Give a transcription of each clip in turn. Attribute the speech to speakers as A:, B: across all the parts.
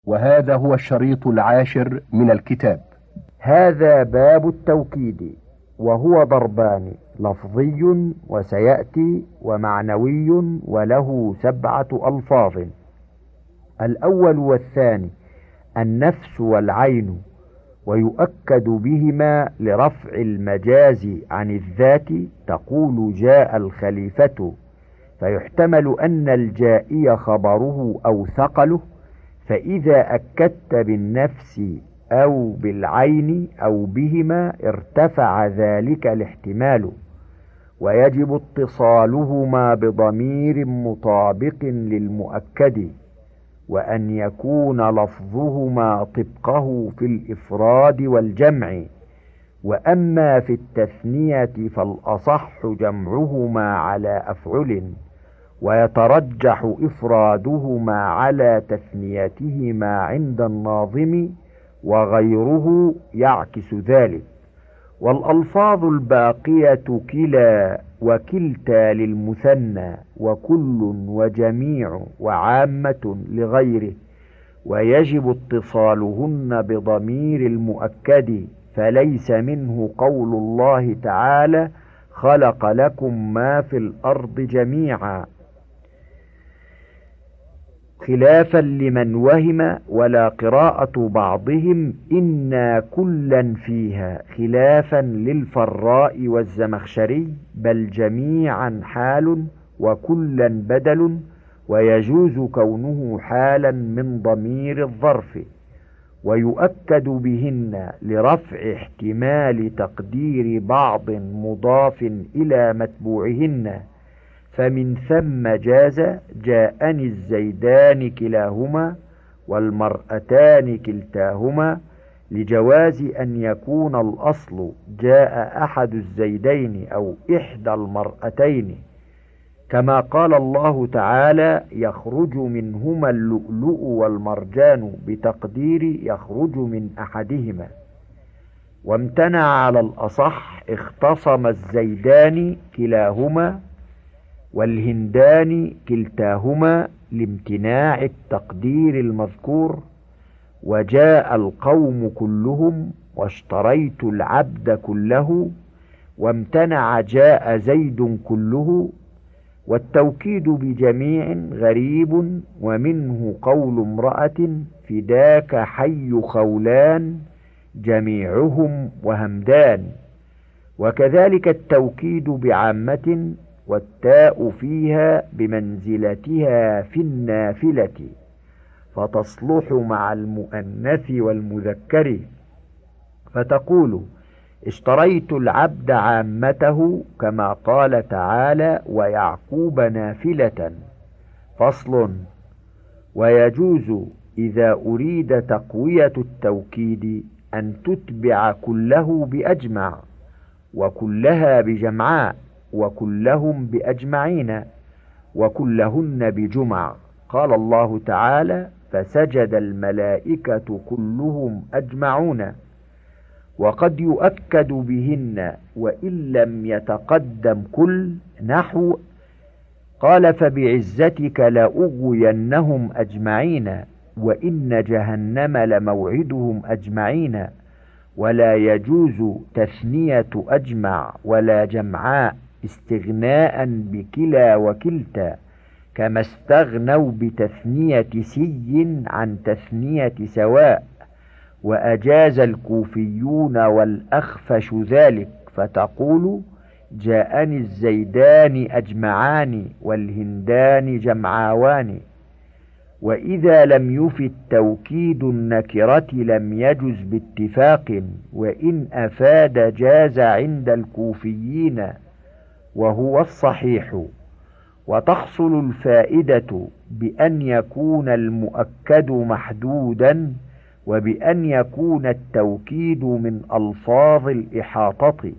A: وهذا هو الشريط 10 من الكتاب.
B: هذا باب التوكيد، وهو ضربان: لفظي وسيأتي، ومعنوي، وله 7 ألفاظ. الأول والثاني النفس والعين، ويؤكد بهما لرفع المجاز عن الذات. تقول جاء الخليفة، فيحتمل أن الجائي خبره أو ثقله، فإذا أكدت بالنفس أو بالعين أو بهما ارتفع ذلك الاحتمال، ويجب اتصالهما بضمير مطابق للمؤكد، وأن يكون لفظهما طبقه في الإفراد والجمع. وأما في التثنية فالأصح جمعهما على أفعل، ويترجح إفرادهما على تثنيتهما عند الناظم، وغيره يعكس ذلك. والألفاظ الباقية كلا وكلتا للمثنى، وكل وجميع وعامة لغيره، ويجب اتصالهن بضمير المؤكد، فليس منه قول الله تعالى: خلق لكم ما في الأرض جميعا، خلافا لمن وهم. ولا قراءة بعضهم إنا كلا فيها، خلافا للفراء والزمخشري، بل جميعا حال وكلا بدل، ويجوز كونه حالا من ضمير الظرف. ويؤكد بهن لرفع احتمال تقدير بعض مضاف إلى متبوعهن، فمن ثم جاز جاءني الزيدان كلاهما، والمرأتان كلتاهما، لجواز أن يكون الأصل جاء أحد الزيدين أو إحدى المرأتين، كما قال الله تعالى: يخرج منهما اللؤلؤ والمرجان، بتقدير يخرج من أحدهما. وامتنع على الأصح اختصم الزيدان كلاهما والهندان كلتاهما، لامتناع التقدير المذكور. وجاء القوم كلهم، واشتريت العبد كله، وامتنع جاء زيد كله. والتوكيد بجميع غريب، ومنه قول امرأة: فداك حي خولان جميعهم وهمدان. وكذلك التوكيد بعامة، والتاء فيها بمنزلتها في النافلة، فتصلح مع المؤنث والمذكر، فتقول: اشتريت العبد عامته، كما قال تعالى: ويعقوب نافلة. فصل. ويجوز إذا أريد تقوية التوكيد أن تتبع كله بأجمع، وكلها بجمعاء، وكلهم بأجمعين، وكلهن بجمع. قال الله تعالى: فسجد الملائكة كلهم أجمعون. وقد يؤكد بهن وإن لم يتقدم كل، نحو: قال فبعزتك لأغوينهم أجمعين، وإن جهنم لموعدهم أجمعين. ولا يجوز تثنية أجمع ولا جمعاء استغناء بكلا وكلتا، كما استغنوا بتثنية سي عن تثنية سواء. وأجاز الكوفيون والأخفش ذلك، فتقول: جاءني الزيدان أجمعان، والهندان جمعاوان. وإذا لم يفد توكيد النكرة لم يجز باتفاق، وإن أفاد جاز عند الكوفيين، وهو الصحيح. وتحصل الفائدة بأن يكون المؤكد محدودا، وبأن يكون التوكيد من ألفاظ الإحاطة،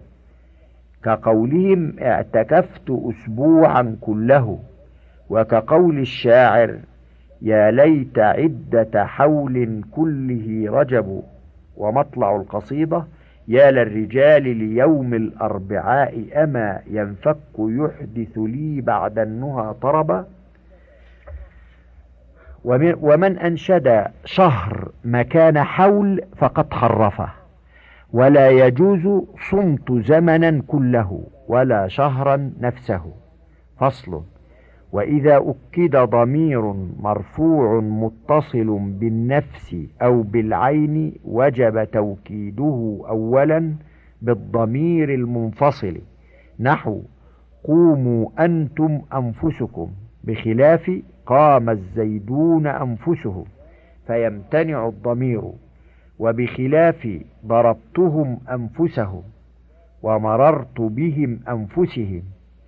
B: كقولهم: اعتكفت أسبوعا كله، وكقول الشاعر: يا ليت عدة حول كله رجب. ومطلع القصيدة: يا للرجال ليوم الأربعاء أما ينفك يحدث لي بعد النهى طربا. ومن أنشد شهر مكان حول فقد حرفه، ولا يجوز صمت زمنا كله ولا شهرا نفسه. فصل: وإذا أكد ضمير مرفوع متصل بالنفس أو بالعين وجب توكيده أولا بالضمير المنفصل، نحو قوموا أنتم أنفسكم، بخلاف قام الزيدون أنفسهم فيمتنع الضمير، وبخلاف ضربتهم أنفسهم ومررت بهم أنفسهم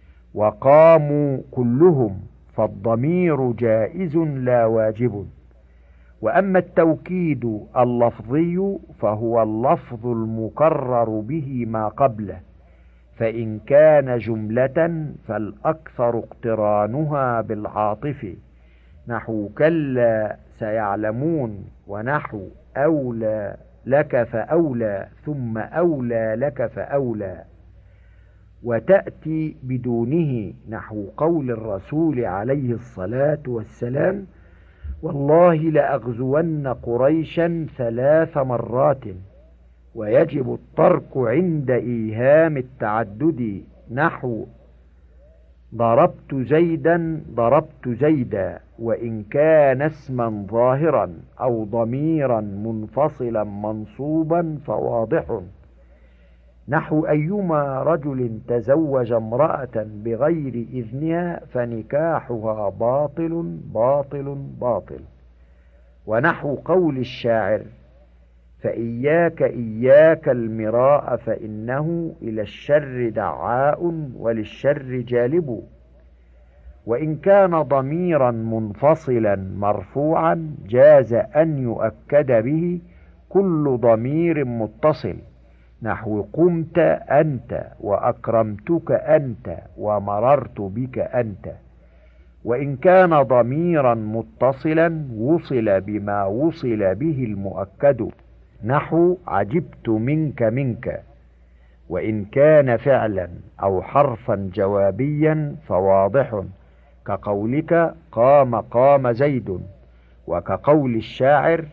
B: وقاموا كلهم، فالضمير جائز لا واجب. وأما التوكيد اللفظي فهو اللفظ المكرر به ما قبله، فإن كان جملة فالأكثر اقترانها بالعاطف، نحو كلا سيعلمون، ونحو أولى لك فأولى ثم أولى لك فأولى. وتأتي بدونه، نحو قول الرسول عليه الصلاة والسلام: والله لأغزون قريشا 3 مرات. ويجب الترك عند إيهام التعدد، نحو ضربت زيدا ضربت زيدا، وإن كان اسما ظاهرا أو ضميرا منفصلا منصوبا فواضح، نحو أيما رجل تزوج امرأة بغير إذنها فنكاحها باطل باطل باطل. ونحو قول الشاعر: فإياك إياك المراء فإنه إلى الشر دعاء وللشر جالب. وإن كان ضميرا منفصلا مرفوعا جاز أن يؤكد به كل ضمير متصل، نحو قمت أنت وأكرمتك أنت ومررت بك أنت. وإن كان ضميرا متصلا وصل بما وصل به المؤكد، نحو عجبت منك منك. وإن كان فعلا أو حرفا جوابيا فواضح، كقولك قام قام زيد، وكقول الشاعر: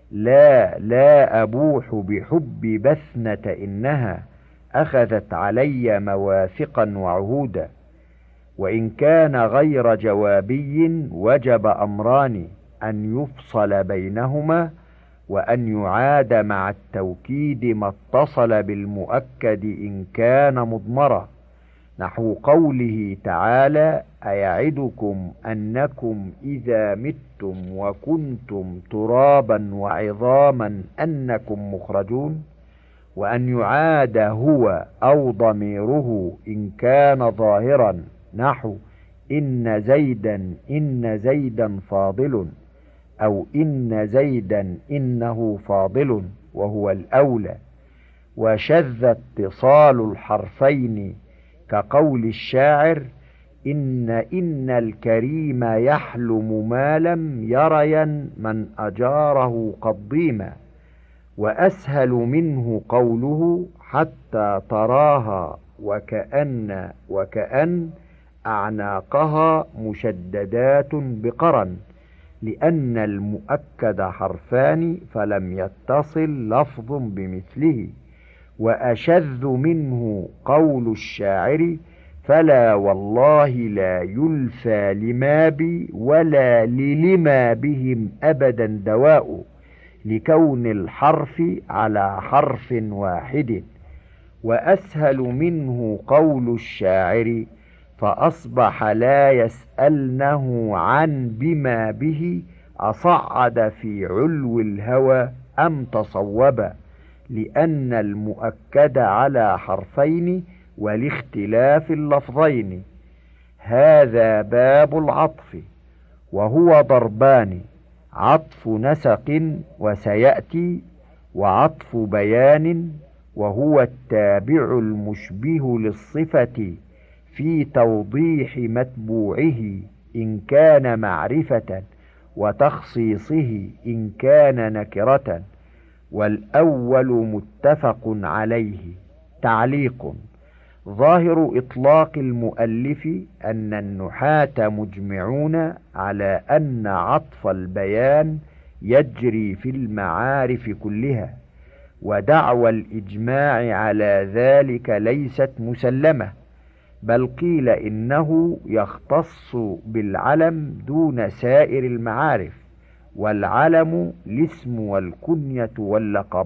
B: لا أبوح بحب بثنة إنها أخذت علي مواثقا وعهودا. وإن كان غير جوابي وجب أمران: أن يفصل بينهما، وأن يعاد مع التوكيد ما اتصل بالمؤكد إن كان مضمرا، نحو قوله تعالى: أيعدكم أنكم إذا متم وكنتم ترابا وعظاما أنكم مخرجون. وأن يعاد هو أو ضميره إن كان ظاهرا، نحو إن زيدا فاضل، أو إن زيدا إنه فاضل، وهو الأولى. وشذ اتصال الحرفين، كقول الشاعر: إن الكريم يحلم ما لم يرين من أجاره قضيما. وأسهل منه قوله: حتى تراها وكأن أعناقها مشددات بقرن، لأن المؤكد حرفان فلم يتصل لفظ بمثله. وأشذ منه قول الشاعر: فلا والله لا يلفى لما بي ولا للما بهم أبدا دواء، لكون الحرف على حرف واحد. وأسهل منه قول الشاعر: فأصبح لا يسألنه عن بما به أصعد في علو الهوى أم تصوبا، لأن المؤكد على حرفين ولاختلاف اللفظين. هذا باب العطف، وهو ضربان: عطف نسق وسيأتي، وعطف بيان، وهو التابع المشبه للصفة في توضيح متبوعه إن كان معرفة، وتخصيصه إن كان نكرة. والأول متفق عليه. تعليق: ظاهر إطلاق المؤلف أن النحاة مجمعون على أن عطف البيان يجري في المعارف كلها، ودعوى الإجماع على ذلك ليست مسلمة، بل قيل إنه يختص بالعلم دون سائر المعارف، والعلم الاسم والكنية واللقب.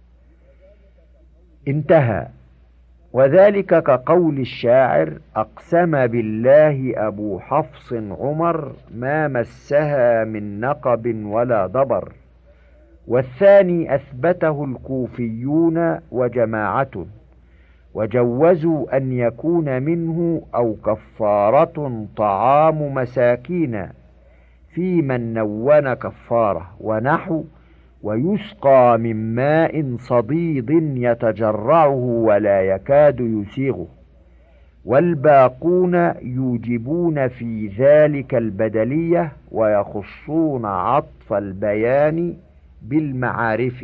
B: انتهى. وذلك كقول الشاعر: أقسم بالله أبو حفص عمر ما مسها من نقب ولا ضبر. والثاني أثبته الكوفيون وجماعة، وجوزوا أن يكون منه أو كفارة طعام مساكين في من نون كفارة، ونحو: ويسقى من ماء صديد يتجرعه ولا يكاد يسيغه. والباقون يوجبون في ذلك البدلية، ويخصون عطف البيان بالمعارف.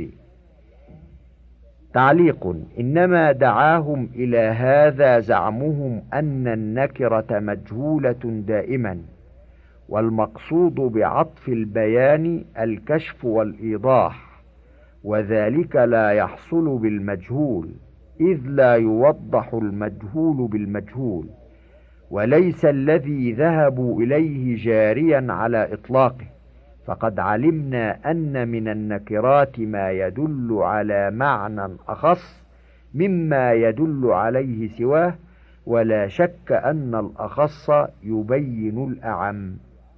B: تعليق: إنما دعاهم إلى هذا زعمهم أن النكرة مجهولة دائما، والمقصود بعطف البيان الكشف والإيضاح، وذلك لا يحصل بالمجهول، إذ لا يوضح المجهول بالمجهول، وليس الذي ذهبوا إليه جاريا على إطلاقه، فقد علمنا أن من النكرات ما يدل على معنى أخص مما يدل عليه سواه، ولا شك أن الأخص يبين الأعم.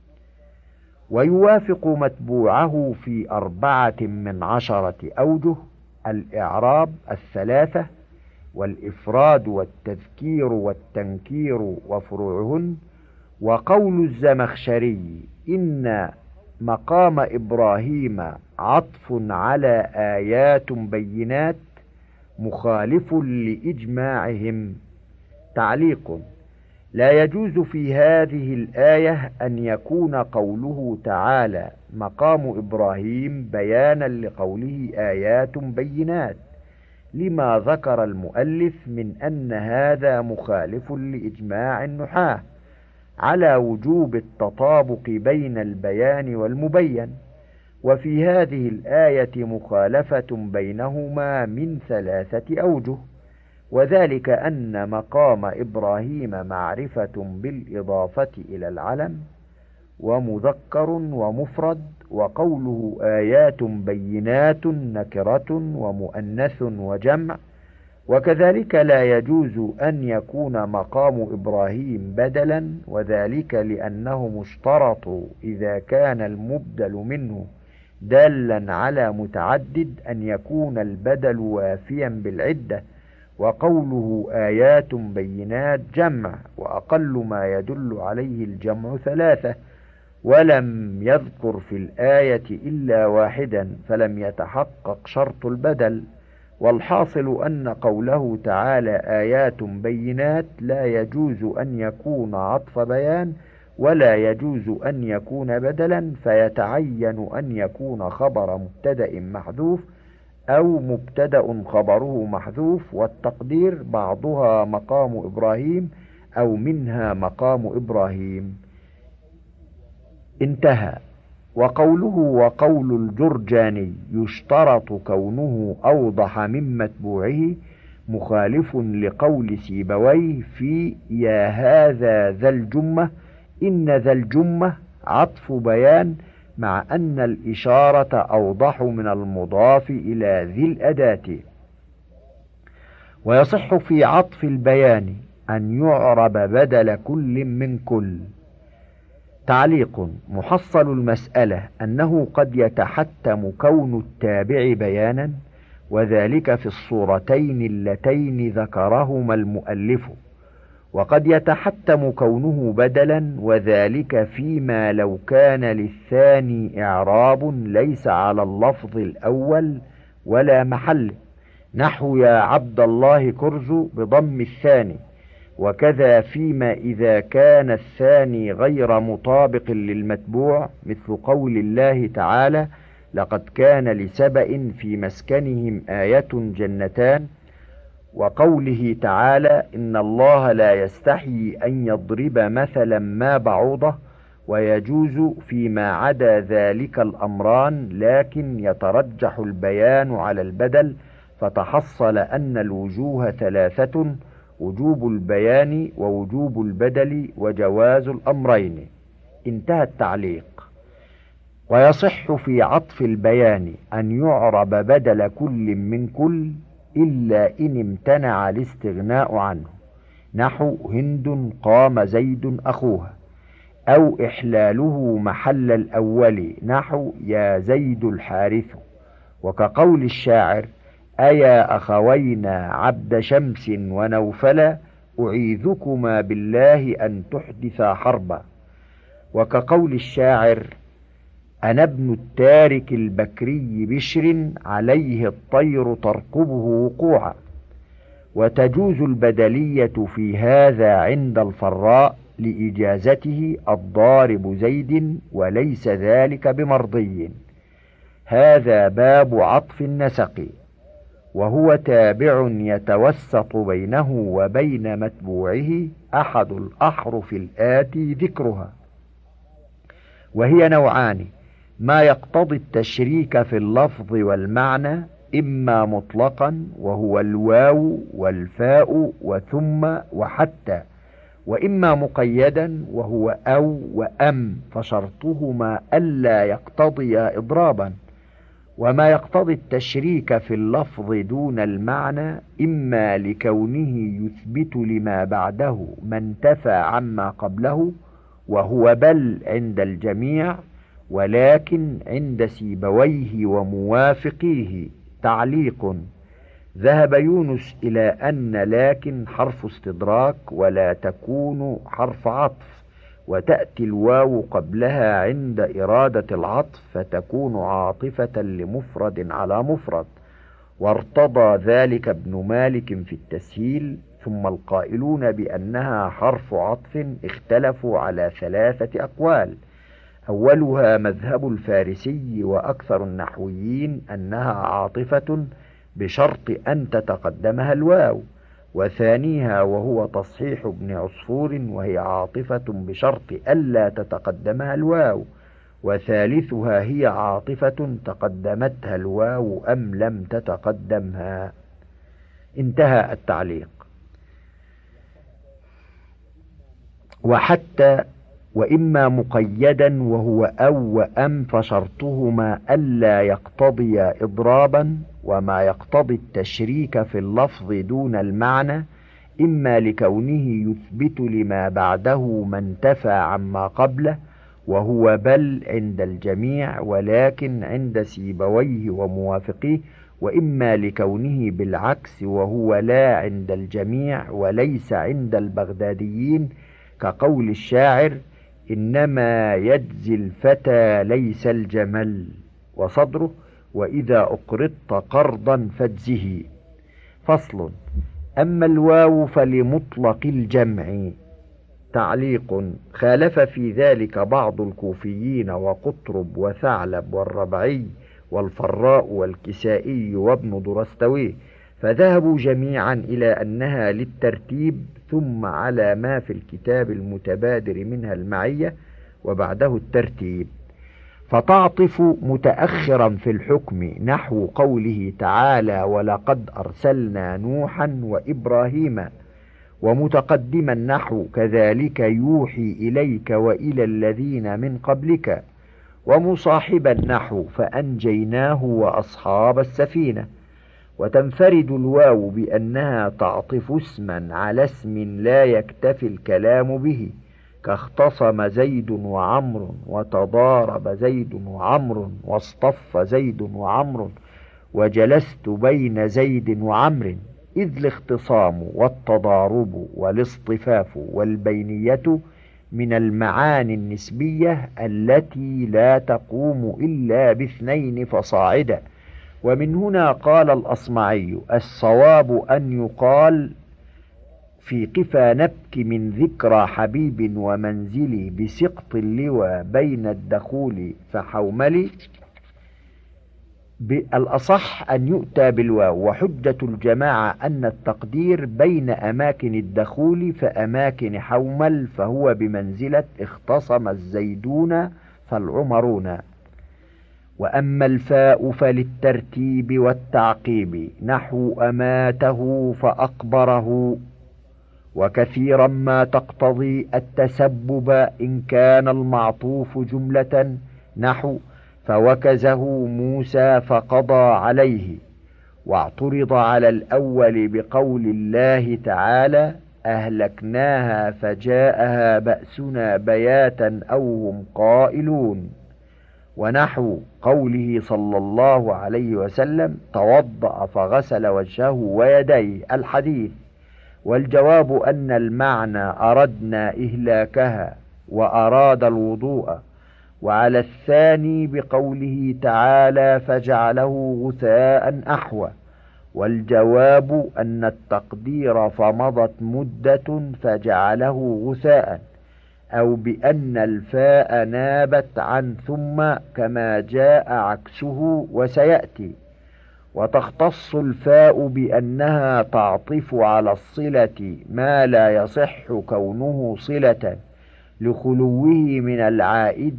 B: ويوافق متبوعه في 14 أوجه: الإعراب 3، والإفراد والتذكير والتنكير وفروعهن. وقول الزمخشري: إن مقام إبراهيم عطف على آيات بينات مخالف لإجماعهم. تعليق: لا يجوز في هذه الآية أن يكون قوله تعالى مقام إبراهيم بيانا لقوله آيات بينات، لما ذكر المؤلف من أن هذا مخالف لإجماع النحاة على وجوب التطابق بين البيان والمبين. وفي هذه الآية مخالفة بينهما من 3 أوجه، وذلك أن مقام إبراهيم معرفة بالإضافة إلى العلم، ومذكر ومفرد، وقوله آيات بينات نكرة ومؤنث وجمع. وكذلك لا يجوز أن يكون مقام إبراهيم بدلا، وذلك لأنهم اشترطوا إذا كان المبدل منه دالا على متعدد أن يكون البدل وافيا بالعدة. وقوله آيات بينات جمع، وأقل ما يدل عليه الجمع 3، ولم يذكر في الآية إلا واحدا، فلم يتحقق شرط البدل. والحاصل أن قوله تعالى آيات بينات لا يجوز أن يكون عطف بيان، ولا يجوز أن يكون بدلا، فيتعين أن يكون خبر مبتدأ محذوف أو مبتدأ خبره محذوف، والتقدير بعضها مقام إبراهيم أو منها مقام إبراهيم. انتهى. وقوله وقول الجرجاني يشترط كونه أوضح من متبوعه مخالف لقول سيبويه في يا هذا ذا الجمة، إن ذا الجمة عطف بيان، مع أن الإشارة أوضح من المضاف إلى ذي الأداة. ويصح في عطف البيان أن يعرب بدل كل من كل. تعليق: محصل المسألة أنه قد يتحتم كون التابع بيانا، وذلك في الصورتين اللتين ذكرهما المؤلف، وقد يتحتم كونه بدلا، وذلك فيما لو كان للثاني إعراب ليس على اللفظ الأول ولا محل، نحو يا عبد الله كرز بضم الثاني. وكذا فيما إذا كان الثاني غير مطابق للمتبوع، مثل قول الله تعالى لقد كان لسبأ في مسكنهم آية جنتان، وقوله تعالى: إن الله لا يستحيي أن يضرب مثلا ما بعوضة، ويجوز فيما عدا ذلك الأمران، لكن يترجح البيان على البدل، فتحصل أن الوجوه ثلاثة: وجوب البيان ووجوب البدل وجواز الأمرين. انتهى التعليق. ويصح في عطف البيان أن يعرب بدل كل من كل، إلا إن امتنع الاستغناء عنه، نحو: هند قام زيد أخوها، أو إحلاله محل الأول، نحو: يا زيد الحارث. وكقول الشاعر: أيا أخوينا عبد شمس ونوفلا، أعيذكما بالله أن تحدثا حربا. وكقول الشاعر: أنا ابن التارك البكري بشر، عليه الطير ترقبه وقوعا. وتجوز البدلية في هذا عند الفراء لإجازته الضارب زيد، وليس ذلك بمرضي. هذا باب عطف النسق، وهو تابع يتوسط بينه وبين متبوعه أحد الأحرف الآتي ذكرها، وهي نوعان: ما يقتضي التشريك في اللفظ والمعنى، إما مطلقا وهو الواو والفاء وثم وحتى، وإما مقيدا وهو أو وأم، فشرطهما ألا يقتضيا إضرابا. وما يقتضي التشريك في اللفظ دون المعنى، إما لكونه يثبت لما بعده ما انتفى عما قبله، وهو بل عند الجميع، ولكن عند سيبويه وموافقيه. تعليق: ذهب يونس إلى أن لكن حرف استدراك ولا تكون حرف عطف، وتأتي الواو قبلها عند إرادة العطف، فتكون عاطفة لمفرد على مفرد. وارتضى ذلك ابن مالك في التسهيل. ثم القائلون بأنها حرف عطف اختلفوا على 3 أقوال: أولها مذهب الفارسي وأكثر النحويين أنها عاطفة بشرط أن تتقدمها الواو، وثانيها وهو تصحيح ابن عصفور وهي عاطفة بشرط ألا تتقدمها الواو، وثالثها هي عاطفة تقدمتها الواو أم لم تتقدمها. انتهى التعليق. وحتى وإما مقيدا وهو أو وأم، فشرطهما ألا يقتضي إضرابا. وما يقتضي التشريك في اللفظ دون المعنى، إما لكونه يثبت لما بعده ما انتفى عما قبله، وهو بل عند الجميع ولكن عند سيبويه وموافقيه، وإما لكونه بالعكس وهو لا عند الجميع وليس عند البغداديين، كقول الشاعر: إنما يجزي الفتى ليس الجمل، وصدره: وإذا أقرضت قرضا فاجزه. فصل. أما الواو فلمطلق الجمع. تعليق: خالف في ذلك بعض الكوفيين وقطرب وثعلب والربعي والفراء والكسائي وابن درستويه، فذهبوا جميعا إلى أنها للترتيب، ثم على ما في الكتاب المتبادر منها المعية، وبعده الترتيب، فتعطف متأخرا في الحكم، نحو قوله تعالى: ولقد أرسلنا نوحا وإبراهيم، ومتقدما نحو كذلك يوحي إليك وإلى الذين من قبلك، ومصاحبا نحو فأنجيناه وأصحاب السفينة. وتنفرد الواو بأنها تعطف اسما على اسم لا يكتفي الكلام به، كاختصم زيد وعمر، وتضارب زيد وعمر، واصطف زيد وعمر، وجلست بين زيد وعمر، إذ الاختصام والتضارب والاصطفاف والبينية من المعاني النسبية التي لا تقوم إلا باثنين فصاعدا. ومن هنا قال الأصمعي: الصواب أن يقال في قفا نبك من ذكرى حبيب ومنزلي، بسقط اللوى بين الدخول فحوملي، بالأصح أن يؤتى بالواو، وحجة الجماعة أن التقدير بين أماكن الدخول فأماكن حومل، فهو بمنزلة اختصم الزيدون فالعمرون. وأما الفاء فللترتيب والتعقيب، نحو أماته فأقبره، وكثيرا ما تقتضي التسبب إن كان المعطوف جملة، نحو فوكزه موسى فقضى عليه. واعترض على الأول بقول الله تعالى أهلكناها فجاءها بأسنا بياتا أو هم قائلون، ونحو قوله صلى الله عليه وسلم توضأ فغسل وجهه ويديه الحديث. والجواب أن المعنى أردنا إهلاكها وأراد الوضوء، وعلى الثاني بقوله تعالى فجعله غثاء أحوى. والجواب أن التقدير فمضت مدة فجعله غثاء، أو بأن الفاء نابت عن ثم كما جاء عكسه وسيأتي. وتختص الفاء بأنها تعطف على الصلة ما لا يصح كونه صلة لخلوه من العائد،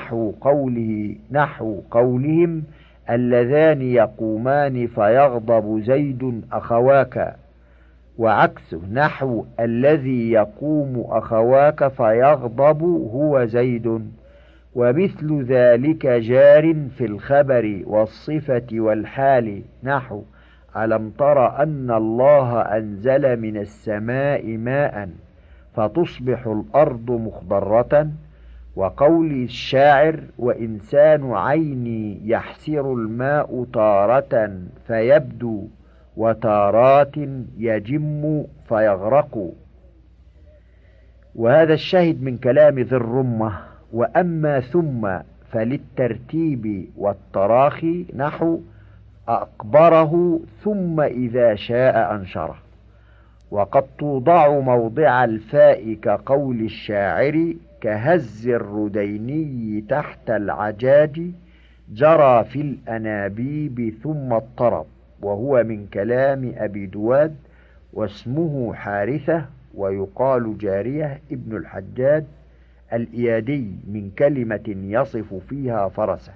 B: نحو قولهم اللذان يقومان فيغضب زيد أخواك، وعكسه نحو الذي يقوم أخواك فيغضب هو زيد. ومثل ذلك جار في الخبر والصفة والحال، نحو ألم تر أن الله أنزل من السماء ماء فتصبح الأرض مخضرة. وقول الشاعر وإنسان عيني يحسر الماء تارة فيبدو وتارات يجم فيغرق. وهذا الشاهد من كلام ذي الرمة. وأما ثم فللترتيب والتراخي، نحو أقبره ثم إذا شاء أنشره. وقد توضع موضع الفاء كقول الشاعر كهز الرديني تحت العجاج جرى في الأنابيب ثم اضطرب، وهو من كلام أبي دواد، واسمه حارثة، ويقال جارية ابن الحجاج الإيادي من كلمة يصف فيها فرسه.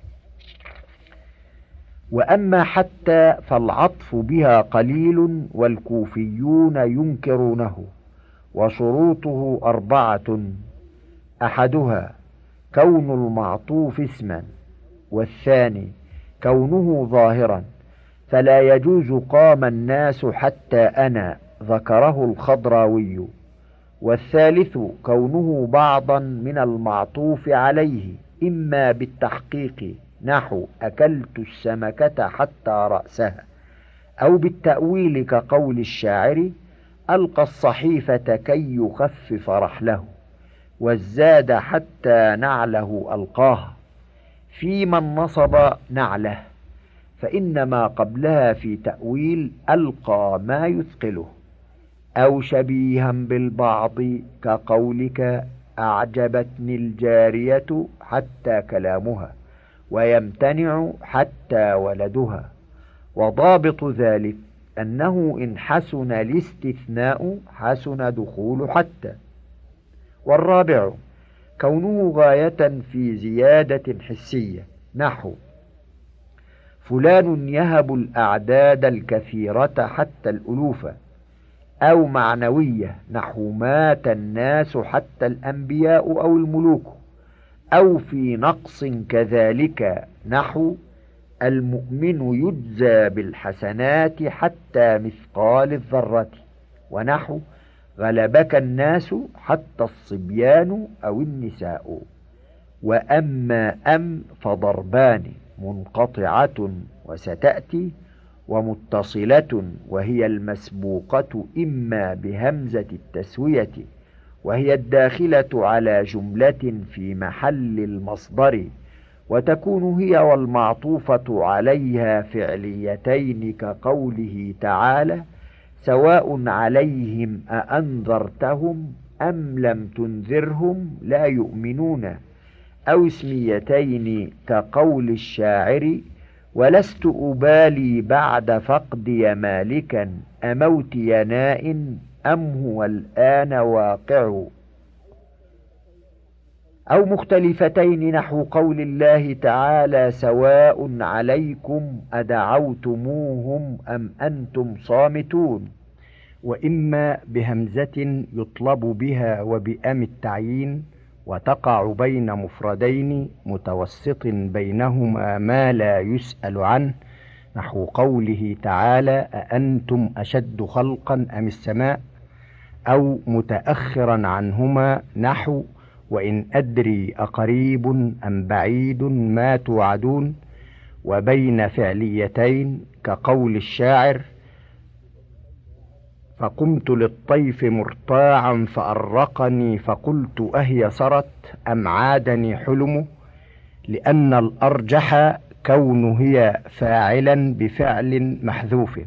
B: وأما حتى فالعطف بها قليل والكوفيون ينكرونه، وشروطه 4: أحدها كون المعطوف اسما، والثاني كونه ظاهرا فلا يجوز قام الناس حتى أنا، ذكره الخضراوي. والثالث كونه بعضا من المعطوف عليه إما بالتحقيق، نحو أكلت السمكة حتى رأسها، أو بالتأويل كقول الشاعر ألقى الصحيفة كي يخفف رحله، والزاد حتى نعله ألقاه. في من نصب نعله فإنما قبلها في تأويل ألقى ما يثقله، أو شبيها بالبعض كقولك أعجبتني الجارية حتى كلامها، ويمتنع حتى ولدها. وضابط ذلك أنه إن حسن الاستثناء حسن دخول حتى. والرابع كونه غاية في زيادة حسية، نحو فلان يهب الأعداد الكثيرة حتى الألوف، أو معنوية، نحو مات الناس حتى الأنبياء أو الملوك، أو في نقص كذلك، نحو المؤمن يجزى بالحسنات حتى مثقال الذرة، ونحو غلبك الناس حتى الصبيان أو النساء. وأما فضربان: منقطعة وستأتي، ومتصلة وهي المسبوقة إما بهمزة التسوية وهي الداخلة على جملة في محل المصدر، وتكون هي والمعطوفة عليها فعليتين كقوله تعالى سواء عليهم أأنذرتهم أم لم تنذرهم لا يؤمنون، أو اسميتين كقول الشاعر ولست أبالي بعد فقدي مالكا أموتي ناء أم هو الآن واقع. أو مختلفتين نحو قول الله تعالى سواء عليكم أدعوتموهم أم أنتم صامتون.
A: وإما بهمزة يطلب بها وبأم التعيين، وتقع بين مفردين متوسط بينهما ما لا يسأل عنه، نحو قوله تعالى أأنتم أشد خلقا أم السماء، أو متأخرا عنهما نحو وإن أدري أقريب أم بعيد ما توعدون. وبين فعليتين كقول الشاعر فقمت للطيف مرتاعا فأرقني فقلت أهي سرت أم عادني حلم، لأن الأرجح كون هي فاعلا بفعل محذوف.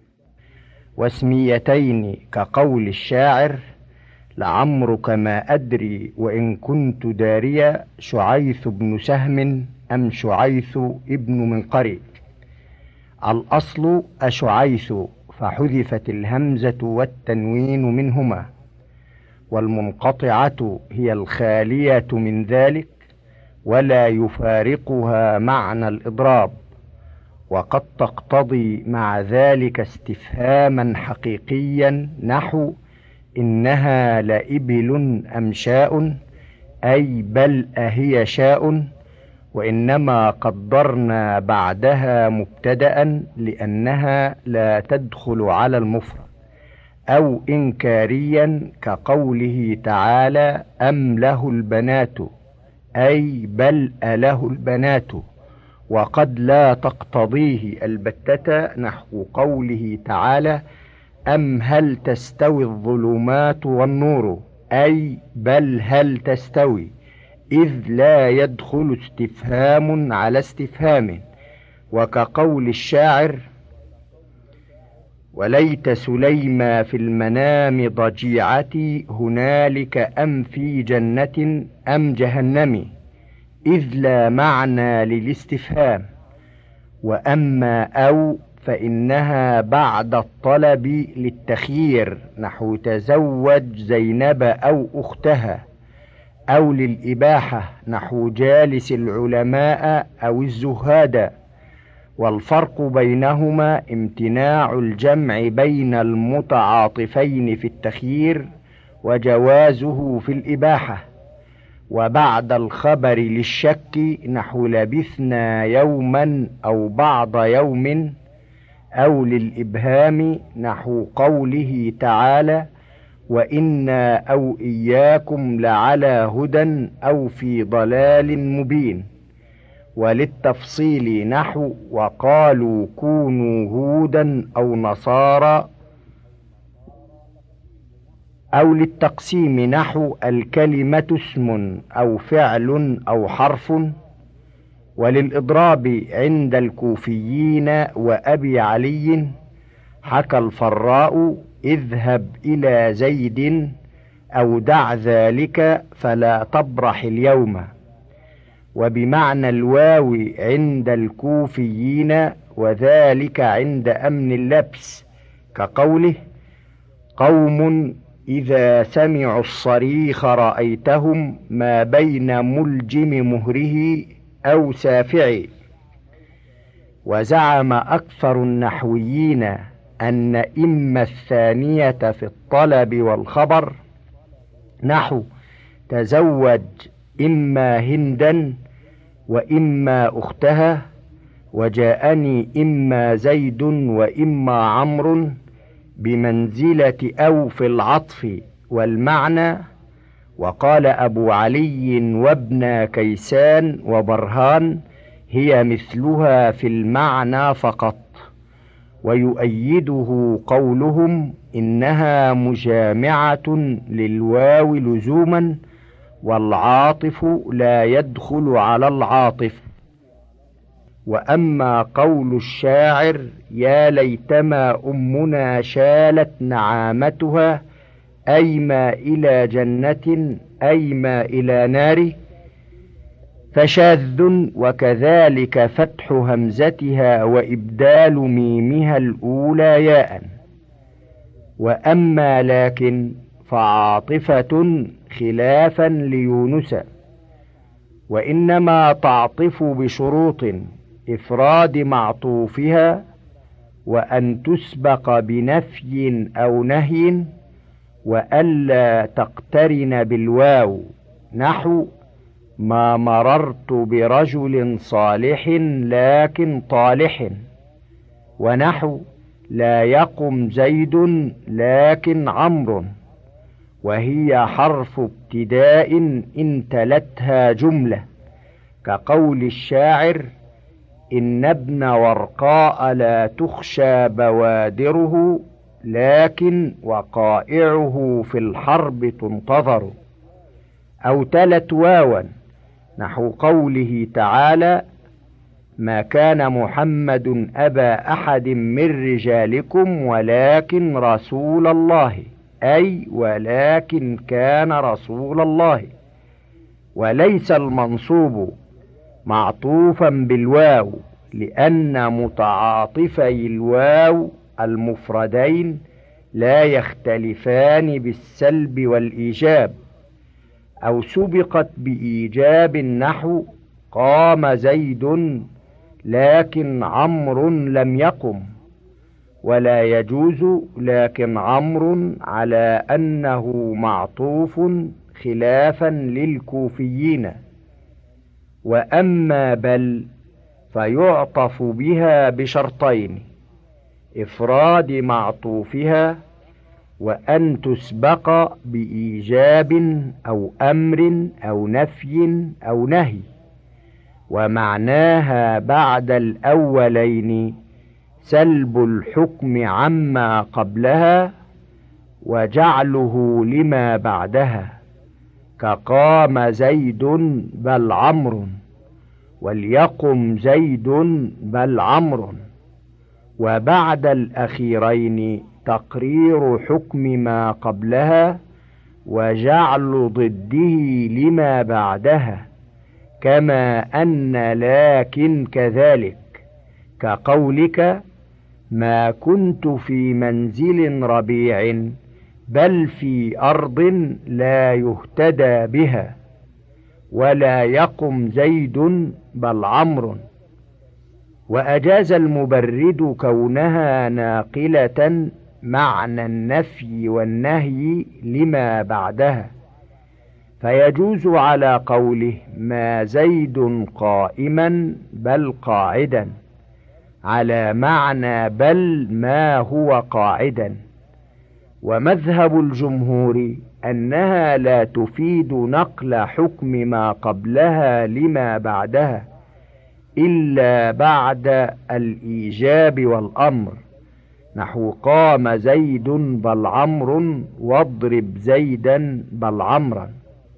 A: واسميتين كقول الشاعر لعمرك ما أدري وإن كنت داريا شعيث بن سهم أم شعيث ابن منقري. الأصل أشعيث فحذفت الهمزة والتنوين منهما، والمنقطعة هي الخالية من ذلك ولا يفارقها معنى الإضراب، وقد تقتضي مع ذلك استفهاما حقيقيا نحو إنها لإبل أم شاء، أي بل أهي شاء، وإنما قدرنا بعدها مبتدأ لأنها لا تدخل على المفرد. أو إنكاريا كقوله تعالى أم له البنات، أي بل أله البنات، وقد لا تقتضيه البتة نحو قوله تعالى أم هل تستوي الظلمات والنور، أي بل هل تستوي، إذ لا يدخل استفهام على استفهام. وكقول الشاعر وليت سليما في المنام ضجيعتي هنالك أم في جنة أم جهنم، إذ لا معنى للاستفهام. وأما أو فإنها بعد الطلب للتخيير نحو تزوج زينب أو أختها، أو للإباحة نحو جالس العلماء أو الزهاد. والفرق بينهما امتناع الجمع بين المتعاطفين في التخيير وجوازه في الإباحة. وبعد الخبر للشك نحو لبثنا يوما أو بعض يوم، أو للإبهام نحو قوله تعالى وإنا أو إياكم لعلى هدى أو في ضلال مبين. وللتفصيل نحو وقالوا كونوا هودا أو نصارى، أو للتقسيم نحو الكلمة اسم أو فعل أو حرف. وللإضراب عند الكوفيين وأبي علي حكى الفراء اذهب إلى زيد أو دع ذلك فلا تبرح اليوم. وبمعنى الواو عند الكوفيين وذلك عند أمن اللبس كقوله قوم إذا سمعوا الصريخ رأيتهم ما بين ملجم مهره أو سافع. وزعم أكثر النحويين أن إما الثانية في الطلب والخبر نحو تزوج إما هندا وإما أختها، وجاءني إما زيد وإما عمرو، بمنزلة أو في العطف والمعنى. وقال أبو علي وابن كيسان وبرهان هي مثلها في المعنى فقط. ويؤيده قولهم إنها مجامعة للواو لزوما، والعاطف لا يدخل على العاطف. وأما قول الشاعر يا ليتما أمنا شالت نعامتها أيما إلى جنة أيما إلى نار، فشاذ وكذلك فتح همزتها وإبدال ميمها الأولى ياء. وأما لكن فعاطفة خلافا ليونس، وإنما تعطف بشروط إفراد معطوفها وأن تسبق بنفي أو نهي وألا تقترن بالواو، نحو ما مررت برجل صالح لكن طالح، ونحو لا يقم زيد لكن عمرو، وهي حرف ابتداء إن تلتها جملة، كقول الشاعر إن ابن ورقاء لا تخشى بوادره لكن وقائعه في الحرب تنتظر. أو تلت واوا، نحو قوله تعالى ما كان محمد أبا أحد من رجالكم ولكن رسول الله، أي ولكن كان رسول الله، وليس المنصوب معطوفا بالواو، لأن متعاطفي الواو المفردين لا يختلفان بالسلب والإيجاب. أو سبقت بإيجاب، نحو قام زيد لكن عمرو لم يقم، ولا يجوز لكن عمرو على أنه معطوف خلافا للكوفيين. وأما بل فيعطف بها بشرطين: إفراد معطوفها وأن تسبق بإيجاب أو أمر أو نفي أو نهي. ومعناها بعد الأولين سلب الحكم عما قبلها وجعله لما بعدها، كقام زيد بل عمرو، وليقم زيد بل عمرو. وبعد الأخيرين تقرير حكم ما قبلها وجعل ضده لما بعدها، كما أن لكن كذلك، كقولك ما كنت في منزل ربيع بل في أرض لا يهتدى بها، ولا يقم زيد بل عمرو. وأجاز المبرد كونها ناقلة معنى النفي والنهي لما بعدها، فيجوز على قوله ما زيد قائما بل قاعدا، على معنى بل ما هو قاعدا. ومذهب الجمهور أنها لا تفيد نقل حكم ما قبلها لما بعدها إلا بعد الإيجاب والأمر، نحو قام زيد بل عمرو واضرب زيدا بل عمرا.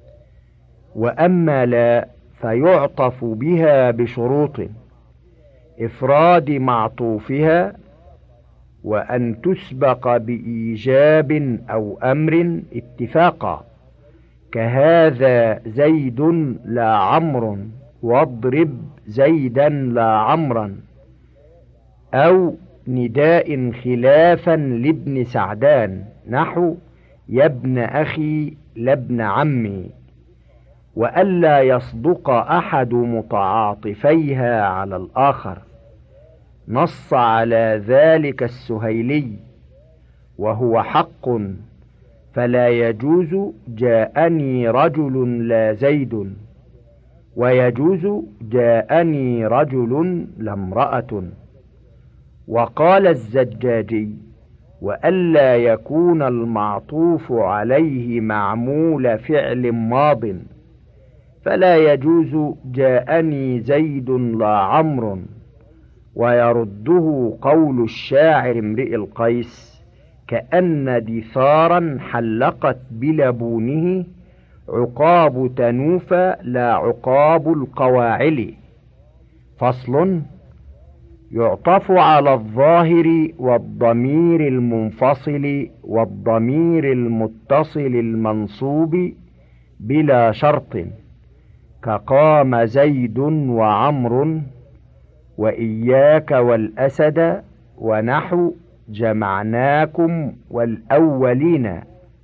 A: وأما لا فيعطف بها بشروط: إفراد معطوفها وأن تسبق بإيجاب أو أمر اتفاقا، كهذا زيد لا عمرو واضرب زيدا لا عمرا. أو نداء خلافا لابن سعدان، نحو يا ابن أخي لابن عمي. وألا يصدق أحد متعاطفيها على الآخر، نص على ذلك السهيلي وهو حق، فلا يجوز جاءني رجل لا زيد، ويجوز جاءني رجل لا امرأة. وقال الزجاجي وألا يكون المعطوف عليه معمول فعل ماض، فلا يجوز جاءني زيد لا عمرو. ويرده قول الشاعر امرئ القيس كأن دثارا حلقت بلبونه عقاب تنوف لا عقاب القواعل. فصل: يعطف على الظاهر والضمير المنفصل والضمير المتصل المنصوب بلا شرط، كقام زيد وعمر وإياك والأسد، ونحو جمعناكم والأولين.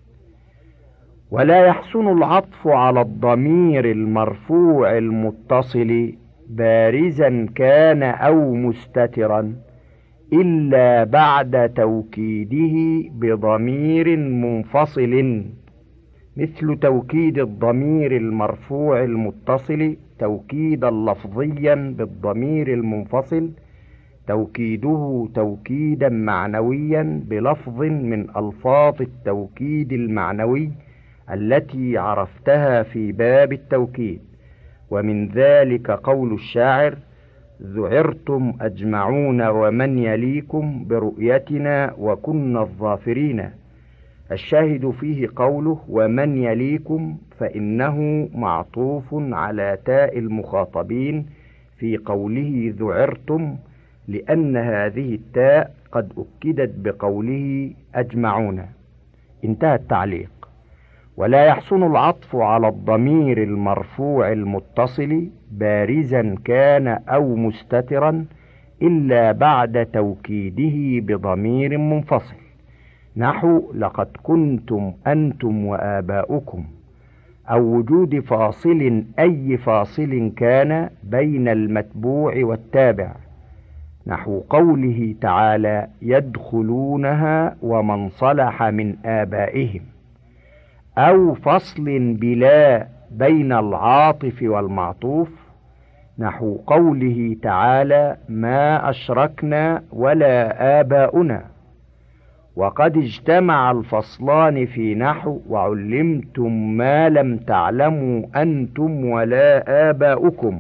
A: ولا يحسن العطف على الضمير المرفوع المتصل بارزا كان أو مستترا إلا بعد توكيده بضمير منفصل، مثل توكيد الضمير المرفوع المتصل توكيدا لفظيا بالضمير المنفصل، توكيده توكيدا معنويا بلفظ من ألفاظ التوكيد المعنوي التي عرفتها في باب التوكيد. ومن ذلك قول الشاعر: ذعرتم أجمعون ومن يليكم برؤيتنا وكنا الظافرين. الشاهد فيه قوله ومن يليكم، فإنه معطوف على تاء المخاطبين في قوله ذعرتم، لأن هذه التاء قد أكدت بقوله أجمعون. انتهى التعليق. ولا يحسن العطف على الضمير المرفوع المتصل بارزا كان أو مستترا إلا بعد توكيده بضمير منفصل، نحو لقد كنتم أنتم وآباؤكم، أو وجود فاصل أي فاصل كان بين المتبوع والتابع، نحو قوله تعالى يدخلونها ومن صلح من آبائهم، أو فصل بلا بين العاطف والمعطوف، نحو قوله تعالى ما أشركنا ولا آباؤنا. وقد اجتمع الفصلان في نحو وعلمتم ما لم تعلموا أنتم ولا آباؤكم.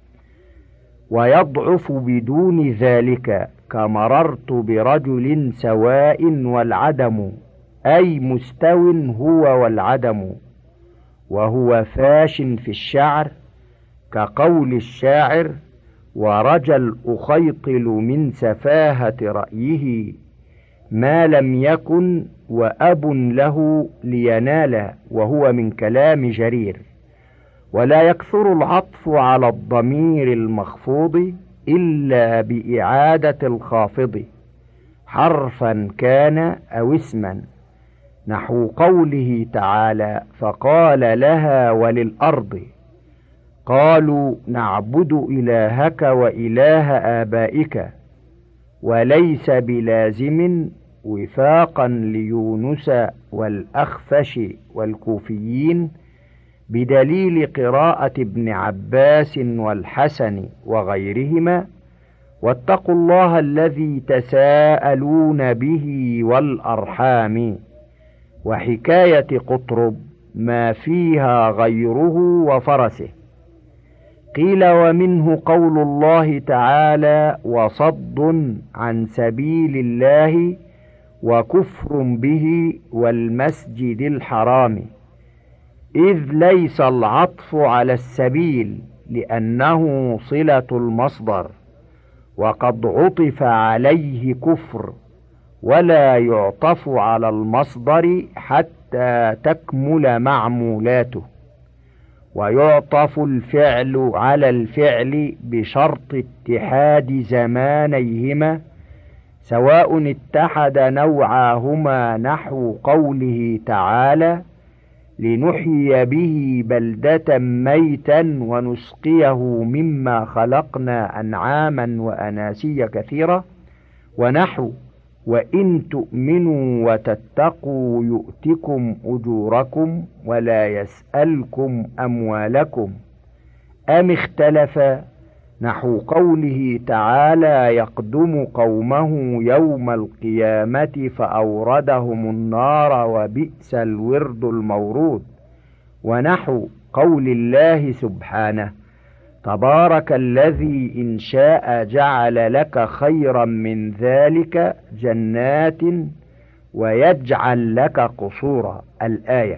A: ويضعف بدون ذلك كمررت برجل سواء والعدم، أي مستو هو والعدم، وهو فاش في الشعر، كقول الشاعر ورجى الأخيطل من سفاهة رأيه ما لم يكن وأب له لينال، وهو من كلام جرير. ولا يكثر العطف على الضمير المخفوض إلا بإعادة الخافض حرفا كان أو اسما، نحو قوله تعالى فقال لها وللأرض قالوا نعبد إلهك وإله آبائك، وليس بلازم وفاقا ليونس والأخفش والكوفيين بدليل قراءة ابن عباس والحسن وغيرهما واتقوا الله الذي تساءلون به والأرحام، وحكاية قطرب ما فيها غيره وفرسه. قيل ومنه قول الله تعالى وصد عن سبيل الله وكفر به والمسجد الحرام، إذ ليس العطف على السبيل لأنه صلة المصدر، وقد عطف عليه كفر، ولا يعطف على المصدر حتى تكمل معمولاته. ويعطف الفعل على الفعل بشرط اتحاد زمانيهما، سواء اتحد نوعاهما، نحو قوله تعالى لنحيي به بلدة ميتا ونسقيه مما خلقنا أنعاما وأناسيا كثيرة، ونحو وإن تؤمنوا وتتقوا يؤتكم أجوركم ولا يسألكم أموالكم. أم اختلفا، نحو قوله تعالى يقدم قومه يوم القيامة فأوردهم النار وبئس الورد المورود، ونحو قول الله سبحانه تبارك الذي إن شاء جعل لك خيرا من ذلك جنات ويجعل لك قصورا، الآية.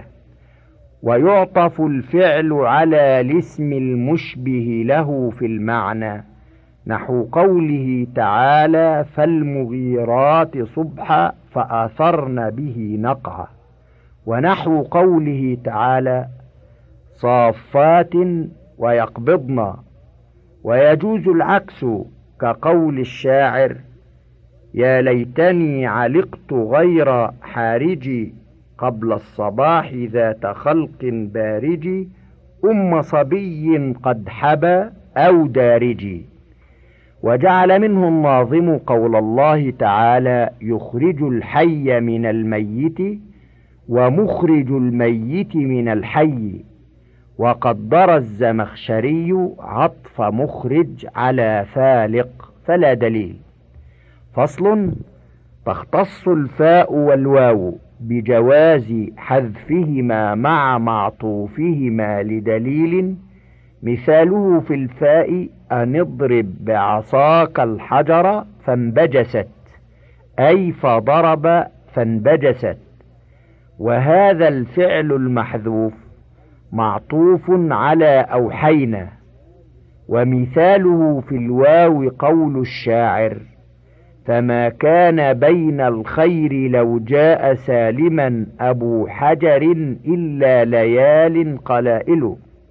A: ويعطف الفعل على الاسم المشبه له في المعنى، نحو قوله تعالى فالمغيرات صبحا فأثرن به نقعا، ونحو قوله تعالى صافات
B: ويقبضن. ويجوز العكس كقول الشاعر: يا ليتني علقت غير حارجي قبل الصباح ذات خلق بارج أم صبي قد حبى أو دارج. وجعل منه الناظم قول الله تعالى: يخرج الحي من الميت ومخرج الميت من الحي. وقدر الزمخشري عطف مخرج على فالق فلا دليل. فصل: تختص الفاء والواو بجواز حذفهما مع معطوفهما لدليل. مثاله في الفاء: أن اضرب بعصاك الحجر فانبجست، أي فضرب فانبجست. وهذا الفعل المحذوف معطوف على أوحينا. ومثاله في الواو قول الشاعر: فما كان بين الخير لو جاء سالما أبو حجر إلا ليال قلائل،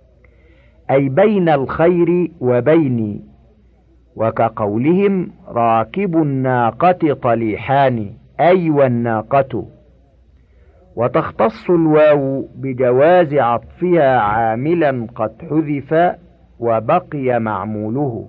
B: أي بين الخير وبيني. وكقولهم: راكب الناقة طليحان، أي والناقة. وتختص الواو بجواز عطفها عاملا قد حذف وبقي معموله،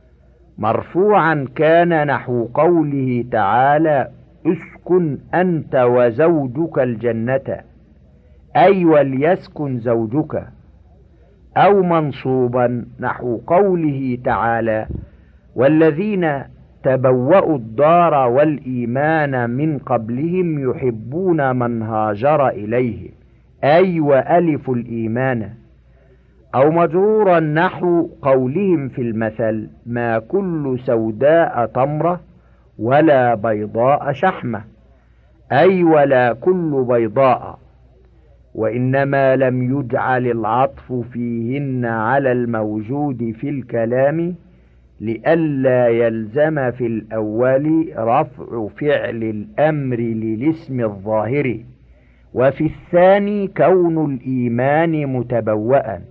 B: مرفوعا كان نحو قوله تعالى: اسكن أنت وزوجك الجنة، أي وليسكن زوجك. أو منصوبا نحو قوله تعالى: والذين تبوأوا الدار والإيمان من قبلهم يحبون من هاجر إليه، أي وألف الإيمان. أو مجرورا نحو قولهم في المثل: ما كل سوداء تمرة ولا بيضاء شحمة، أي ولا كل بيضاء. وإنما لم يجعل العطف فيهن على الموجود في الكلام لئلا يلزم في الأول رفع فعل الأمر للاسم الظاهر، وفي الثاني كون الإيمان متبوأ.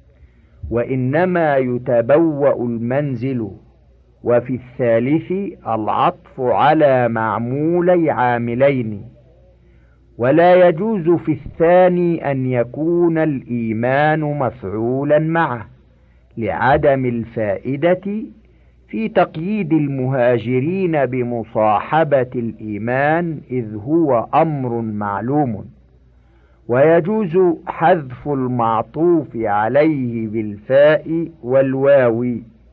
B: وإنما يتبوأ المنزل. وفي الثالث العطف على معمولي عاملين. ولا يجوز في الثاني أن يكون الإيمان مفعولا معه لعدم الفائدة في تقييد المهاجرين بمصاحبة الإيمان، إذ هو أمر معلوم. ويجوز حذف المعطوف عليه بالفاء والواو.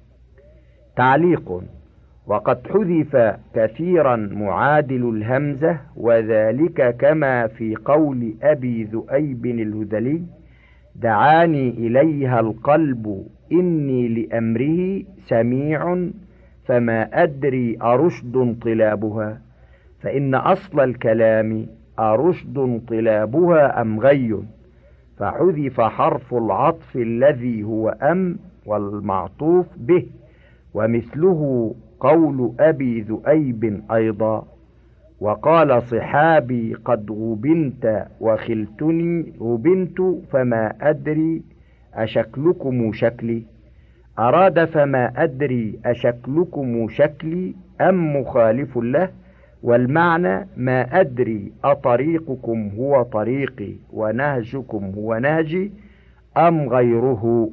B: تعليق: وقد حذف كثيرا معادل الهمزة، وذلك كما في قول أبي ذؤيب الهذلي: دعاني إليها القلب إني لأمره سميع فما أدري أرشد انطلابها، فإن أصل الكلام أرشد انطلابها أم غي، فحذف حرف العطف الذي هو أم والمعطوف به. ومثله قول أبي ذؤيب أيضا: وقال صحابي قد غبنت وخلتني غبنت فما أدري أشكلكم شكلي، أراد فما أدري أشكلكم شكلي أم مخالف له، والمعنى ما أدري أطريقكم هو طريقي ونهجكم هو نهجي أم غيره.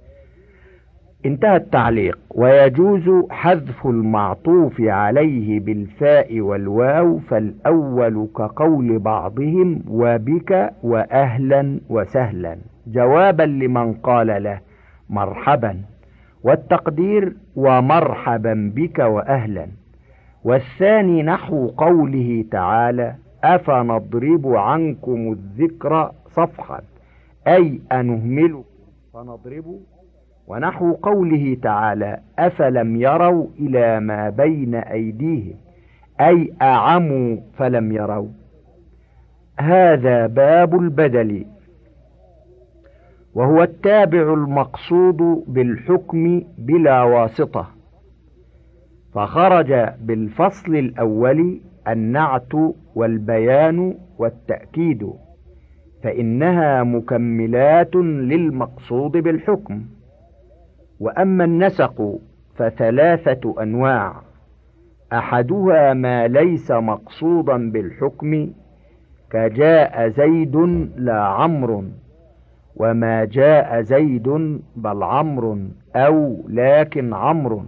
B: انتهى التعليق. ويجوز حذف المعطوف عليه بالفاء والواو، فالأول كقول بعضهم: وبك وأهلا وسهلا، جوابا لمن قال له مرحبا، والتقدير: ومرحبا بك وأهلا. والثاني نحو قوله تعالى: أفنضرب عنكم الذكر صفحا، أي أنهملكم فنضرب. ونحو قوله تعالى: أفلم يروا إلى ما بين أيديهم، أي أعموا فلم يروا. هذا باب البدل، وهو التابع المقصود بالحكم بلا واسطة، فخرج بالفصل الأول النعت والبيان والتأكيد، فإنها مكملات للمقصود بالحكم. وأما النسق فثلاثة أنواع: أحدها ما ليس مقصودا بالحكم كجاء زيد لا عمرو، وما جاء زيد بل عمرو أو لكن عمرو.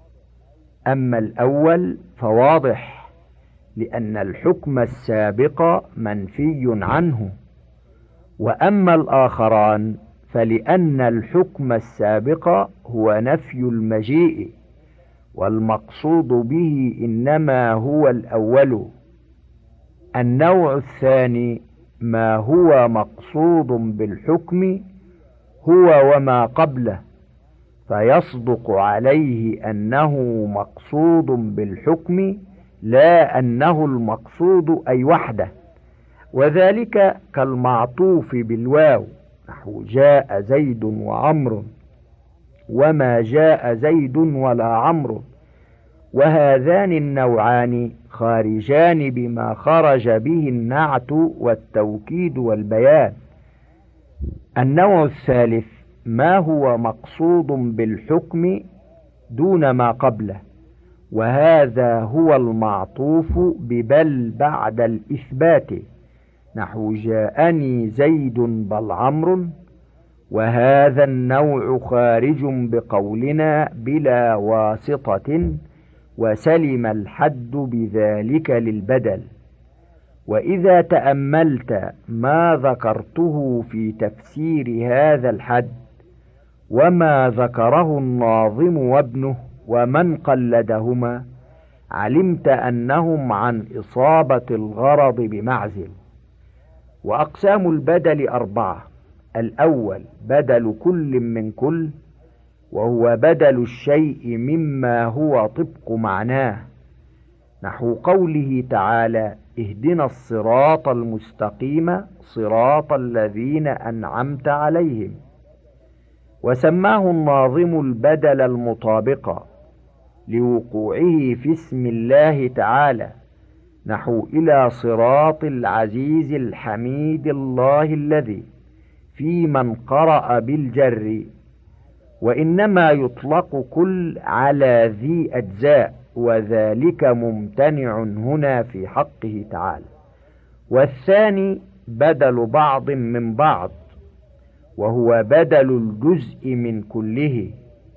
B: أما الأول فواضح، لأن الحكم السابق منفي عنه. وأما الآخران فلأن الحكم السابق هو نفي المجيء، والمقصود به إنما هو الأول. النوع الثاني ما هو مقصود بالحكم هو وما قبله، فيصدق عليه أنه مقصود بالحكم لا أنه المقصود أي وحده، وذلك كالمعطوف بالواو نحو جاء زيد وعمر، وما جاء زيد ولا عمرو. وهذان النوعان خارجان بما خرج به النعت والتوكيد والبيان. النوع الثالث ما هو مقصود بالحكم دون ما قبله، وهذا هو المعطوف ببل بعد الإثبات نحو جاءني زيد بل عمرو. وهذا النوع خارج بقولنا بلا واسطة، وسلم الحد بذلك للبدل. وإذا تأملت ما ذكرته في تفسير هذا الحد وما ذكره الناظم وابنه ومن قلدهما، علمت أنهم عن إصابة الغرض بمعزل. وأقسام البدل أربعة: الأول بدل كل من كل، وهو بدل الشيء مما هو طبق معناه نحو قوله تعالى اهدنا الصراط المستقيم صراط الذين أنعمت عليهم. وسماه الناظم البدل المطابق لوقوعه في اسم الله تعالى نحو إلى صراط العزيز الحميد الله الذي، في من قرأ بالجر. وإنما يطلق كل على ذي أجزاء، وذلك ممتنع هنا في حقه تعالى. والثاني بدل بعض من بعض، وهو بدل الجزء من كله،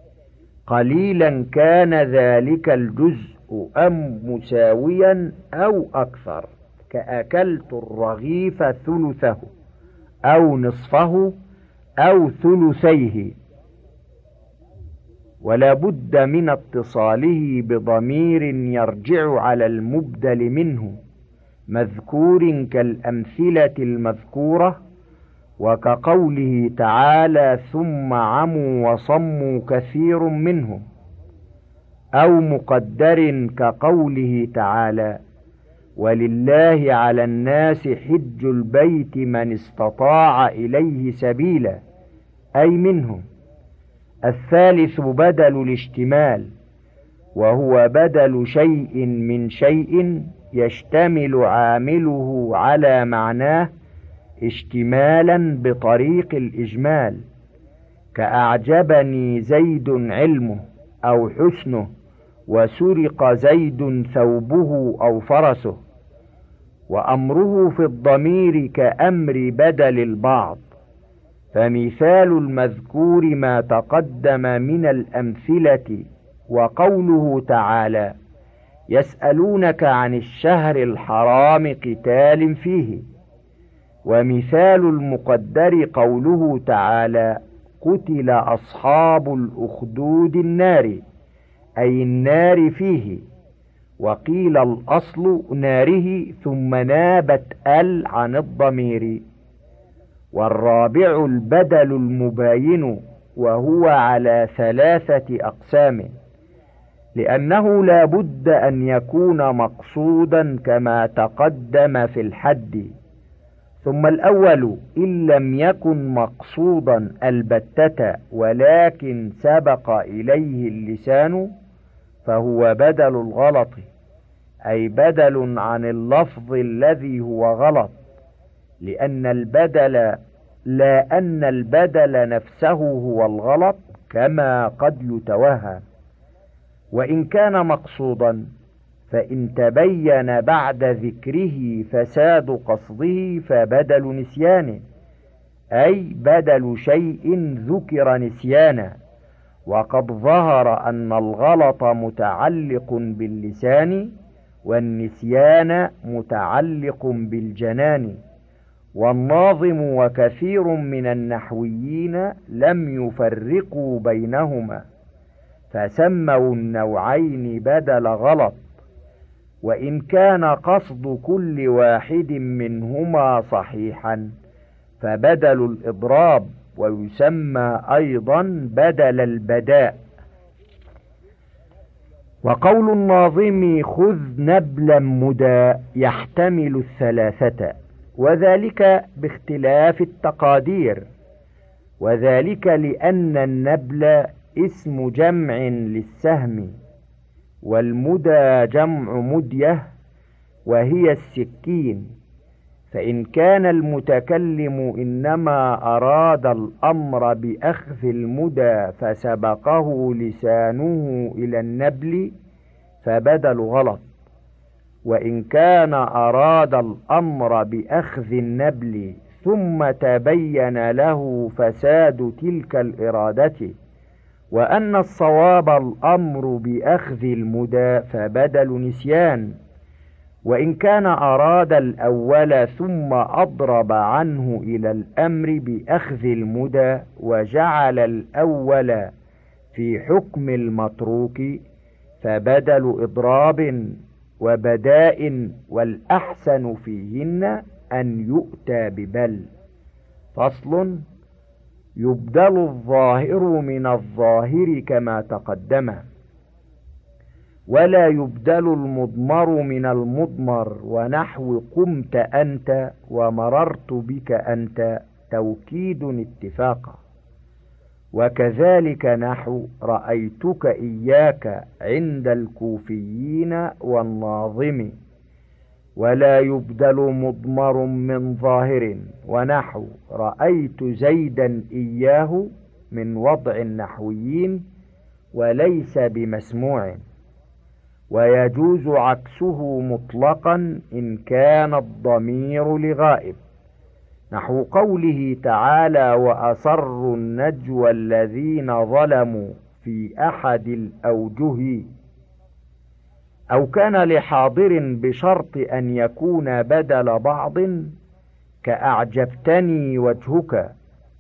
B: قليلا كان ذلك الجزء أم مساويا أو أكثر، كأكلت الرغيف ثلثه أو نصفه أو ثلثيه. ولا بد من اتصاله بضمير يرجع على المبدل منه، مذكور كالأمثلة المذكورة، وكقوله تعالى ثم عموا وصموا كثير منهم، أو مقدر كقوله تعالى ولله على الناس حج البيت من استطاع إليه سبيلا، أي منهم. الثالث بدل الاشتمال، وهو بدل شيء من شيء يشتمل عامله على معناه اشتمالا بطريق الإجمال، كأعجبني زيد علمه أو حسنه، وسرق زيد ثوبه أو فرسه. وأمره في الضمير كأمر بدل البعض، فمثال المذكور ما تقدم من الأمثلة، وقوله تعالى يسألونك عن الشهر الحرام قتال فيه. ومثال المقدر قوله تعالى قتل أصحاب الأخدود النار، أي النار فيه، وقيل الأصل ناره ثم نابت عن الضمير. والرابع البدل المباين، وهو على ثلاثة أقسام، لأنه لا بد أن يكون مقصودا كما تقدم في الحد. ثم الأول إن لم يكن مقصودا البتة ولكن سبق إليه اللسان فهو بدل الغلط، أي بدل عن اللفظ الذي هو غلط، لا أن البدل نفسه هو الغلط كما قد يتوهم، وإن كان مقصودا فإن تبين بعد ذكره فساد قصده فبدل نسيانه، أي بدل شيء ذكر نسيانا، وقد ظهر أن الغلط متعلق باللسان والنسيان متعلق بالجنان. والناظم وكثير من النحويين لم يفرقوا بينهما، فسموا النوعين بدل غلط، وإن كان قصد كل واحد منهما صحيحا فبدل الإضراب، ويسمى أيضا بدل البداء. وقول الناظم خذ نبلا مدى يحتمل الثلاثة، وذلك باختلاف التقادير، وذلك لأن النبل اسم جمع للسهم، والمدى جمع مدية وهي السكين، فإن كان المتكلم إنما أراد الأمر بأخذ المدى فسبقه لسانه إلى النبل فبدل غلط، وإن كان أراد الأمر بأخذ النبل ثم تبين له فساد تلك الإرادة وأن الصواب الأمر بأخذ المدى فبدل نسيان، وإن كان أراد الأول ثم أضرب عنه إلى الأمر بأخذ المدى وجعل الأول في حكم المتروك فبدل إضراب وبداء، والأحسن فيهن أن يؤتى ببل. فصل: يبدل الظاهر من الظاهر كما تقدم، ولا يبدل المضمر من المضمر، ونحو قمت أنت ومررت بك أنت توكيد اتفاقا، وكذلك نحو رأيتك إياك عند الكوفيين والناظم، ولا يبدل مضمر من ظاهر، ونحو رأيت زيدا إياه من وضع النحويين وليس بمسموع، ويجوز عكسه مطلقا إن كان الضمير لغائب، نحو قوله تعالى وأسروا النجوى الذين ظلموا في أحد الأوجه، أو كان لحاضر بشرط أن يكون بدل بعض كأعجبتني وجهك،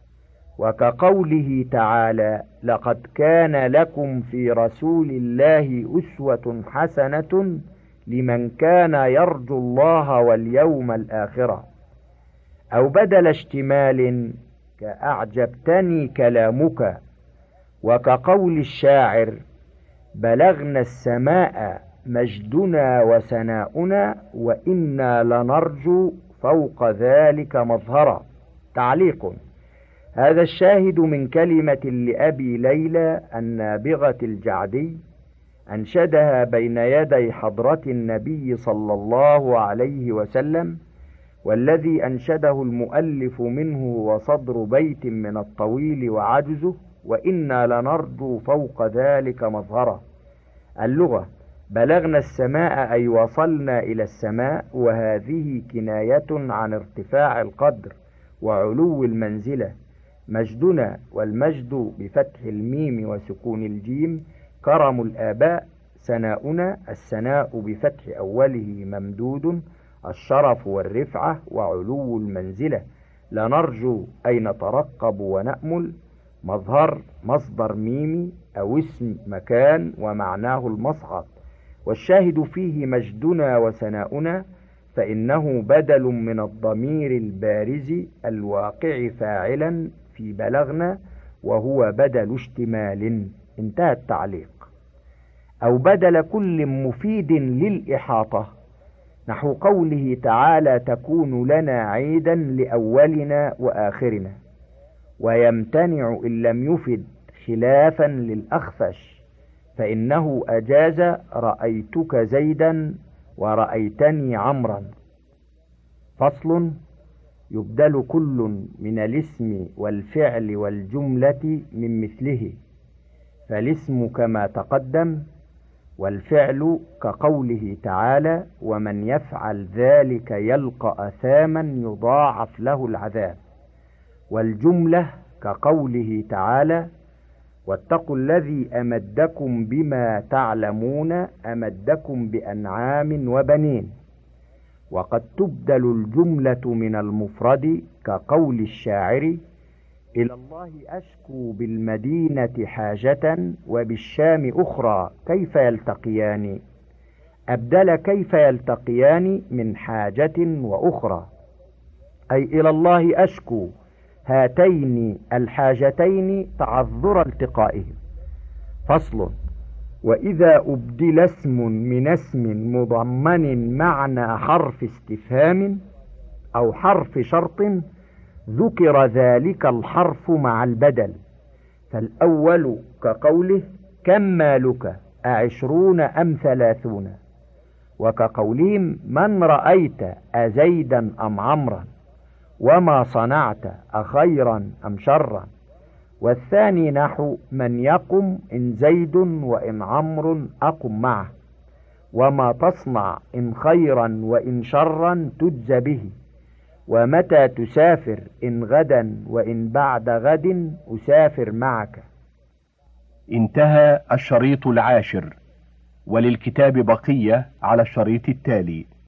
B: وكقوله تعالى لقد كان لكم في رسول الله أسوة حسنة لمن كان يرجو الله واليوم الآخرة، أو بدل اشتمال كأعجبتني كلامك، وكقول الشاعر بلغنا السماء مجدنا وسناؤنا وإنا لنرجو فوق ذلك مظهرا. تعليق: هذا الشاهد من كلمة لأبي ليلى النابغة الجعدي أنشدها بين يدي حضرة النبي صلى الله عليه وسلم، والذي أنشده المؤلف منه وصدر بيت من الطويل وعجزه وإنا لنرجو فوق ذلك مظهرا. اللغة: بلغنا السماء أي وصلنا إلى السماء، وهذه كناية عن ارتفاع القدر وعلو المنزلة. مجدنا، والمجد بفتح الميم وسكون الجيم كرم الآباء. سناؤنا، السناء بفتح أوله ممدود، الشرف والرفعة وعلو المنزلة. لنرجو أي نترقب ونأمل. مظهر مصدر ميمي أو اسم مكان ومعناه المصعد، والشاهد فيه مجدنا وسناؤنا، فإنه بدل من الضمير البارز الواقع فاعلا في بلغنا، وهو بدل اشتمال. انتهى التعليق. أو بدل كل مفيد للإحاطة، نحو قوله تعالى تكون لنا عيدا لأولنا وآخرنا، ويمتنع إن لم يفد خلافا للأخفش، فإنه أجاز رأيتك زيدا ورأيتني عمرا. فصل: يبدل كل من الاسم والفعل والجملة من مثله،
A: فالاسم كما تقدم، والفعل كقوله تعالى: ومن يفعل ذلك يلقى أثاما يضاعف له العذاب. والجملة كقوله تعالى: واتقوا الذي أمدكم بما تعلمون أمدكم بأنعام وبنين. وقد تبدل الجملة من المفرد كقول الشاعر: إلى الله أشكو بالمدينة حاجة وبالشام أخرى كيف يلتقيان. أبدل كيف يلتقيان من حاجة وأخرى، أي إلى الله أشكو هاتين الحاجتين تعذر التقائهم. فصل: وإذا أبدل اسم من اسم مضمن معنى حرف استفهام أو حرف شرط ذكر ذلك الحرف مع البدل. فالأول كقوله: كم مالك أ20 أم 30، وكقولهم: من رأيت أزيدا أم عمرا، وما صنعت أخيرا أم شرا. والثاني نحو: من يقم إن زيد وإن عمرو أقم معه، وما تصنع إن خيرا وإن شرا تجز به، ومتى تسافر إن غدا وإن بعد غد أسافر معك.
C: انتهى الشريط 10، وللكتاب بقية على الشريط التالي.